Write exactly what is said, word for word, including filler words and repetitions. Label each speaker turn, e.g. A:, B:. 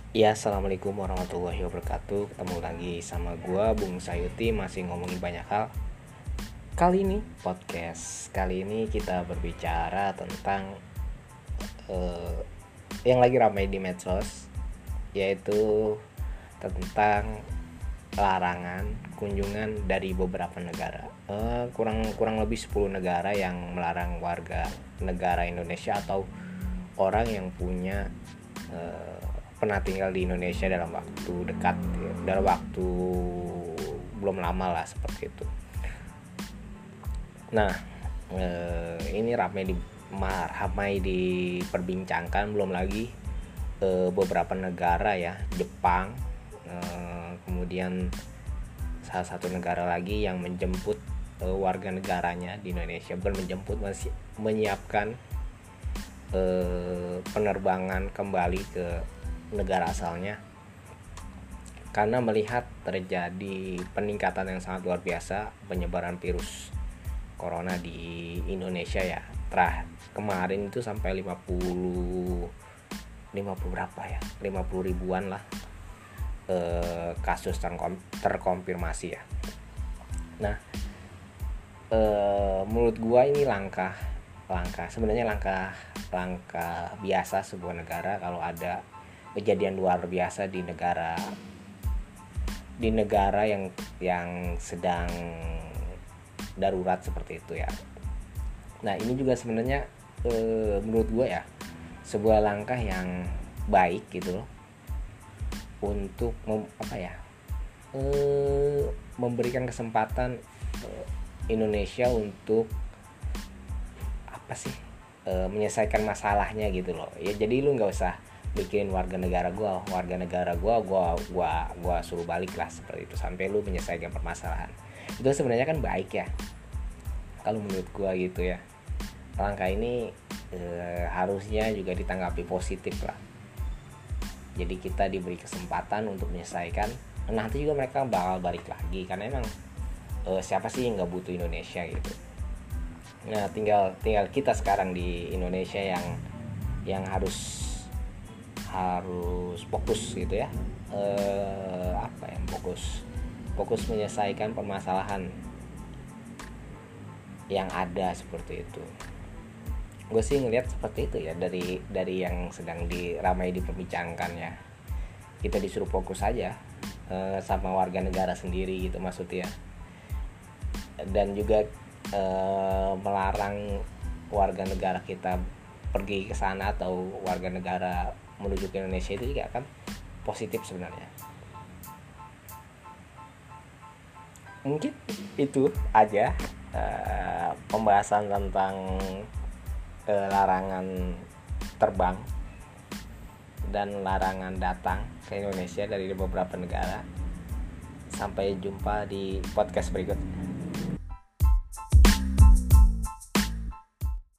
A: Ya, assalamualaikum warahmatullahi wabarakatuh. Ketemu lagi sama gua Bung Sayuti, masih ngomongin banyak hal. Kali ini podcast kali ini kita berbicara tentang eh, yang lagi ramai di medsos, yaitu tentang larangan kunjungan dari beberapa negara. Eh, kurang kurang lebih sepuluh negara yang melarang warga negara Indonesia atau orang yang punya eh, pernah tinggal di Indonesia dalam waktu dekat, ya, dalam waktu belum lama lah seperti itu. Nah, eh, ini ramai di ramai diperbincangkan, belum lagi eh, beberapa negara ya, Jepang, eh, kemudian salah satu negara lagi yang menjemput eh, warga negaranya di Indonesia, bukan menjemput, masih menyiapkan eh, penerbangan kembali ke negara asalnya karena melihat terjadi peningkatan yang sangat luar biasa penyebaran virus corona di Indonesia ya. Terah kemarin itu sampai lima puluh lima puluh berapa ya? lima puluh ribuan lah eh, kasus terkom, terkonfirmasi ya. Nah, eh, menurut gua ini langkah langkah sebenarnya langkah langkah biasa sebuah negara kalau ada kejadian luar biasa di negara di negara yang yang sedang darurat seperti itu ya. Nah, ini juga sebenarnya e, menurut gue ya sebuah langkah yang baik gitu loh untuk mem, apa ya e, memberikan kesempatan e, Indonesia untuk apa sih e, menyelesaikan masalahnya gitu loh ya. Jadi lu nggak usah bikin warga negara gue warga negara gue gue gue gue suruh balik lah seperti itu sampai lu menyelesaikan permasalahan. Itu sebenarnya kan baik ya kalau menurut gue gitu ya. Langkah ini e, harusnya juga ditanggapi positif lah. Jadi kita diberi kesempatan untuk menyelesaikan. Nanti juga mereka bakal balik lagi karena emang e, siapa sih yang nggak butuh Indonesia gitu. Nah, tinggal tinggal kita sekarang di Indonesia yang yang harus harus fokus gitu ya, eh, apa ya fokus fokus menyelesaikan permasalahan yang ada seperti itu. Gue sih ngelihat seperti itu ya dari dari yang sedang diramai diperbincangkan ya. Kita disuruh fokus aja eh, sama warga negara sendiri gitu maksudnya, dan juga eh, melarang warga negara kita pergi ke sana atau warga negara menuju ke Indonesia itu juga akan positif sebenarnya. Mungkin itu aja uh, pembahasan tentang uh, larangan terbang dan larangan datang ke Indonesia dari beberapa negara. Sampai jumpa di podcast berikut.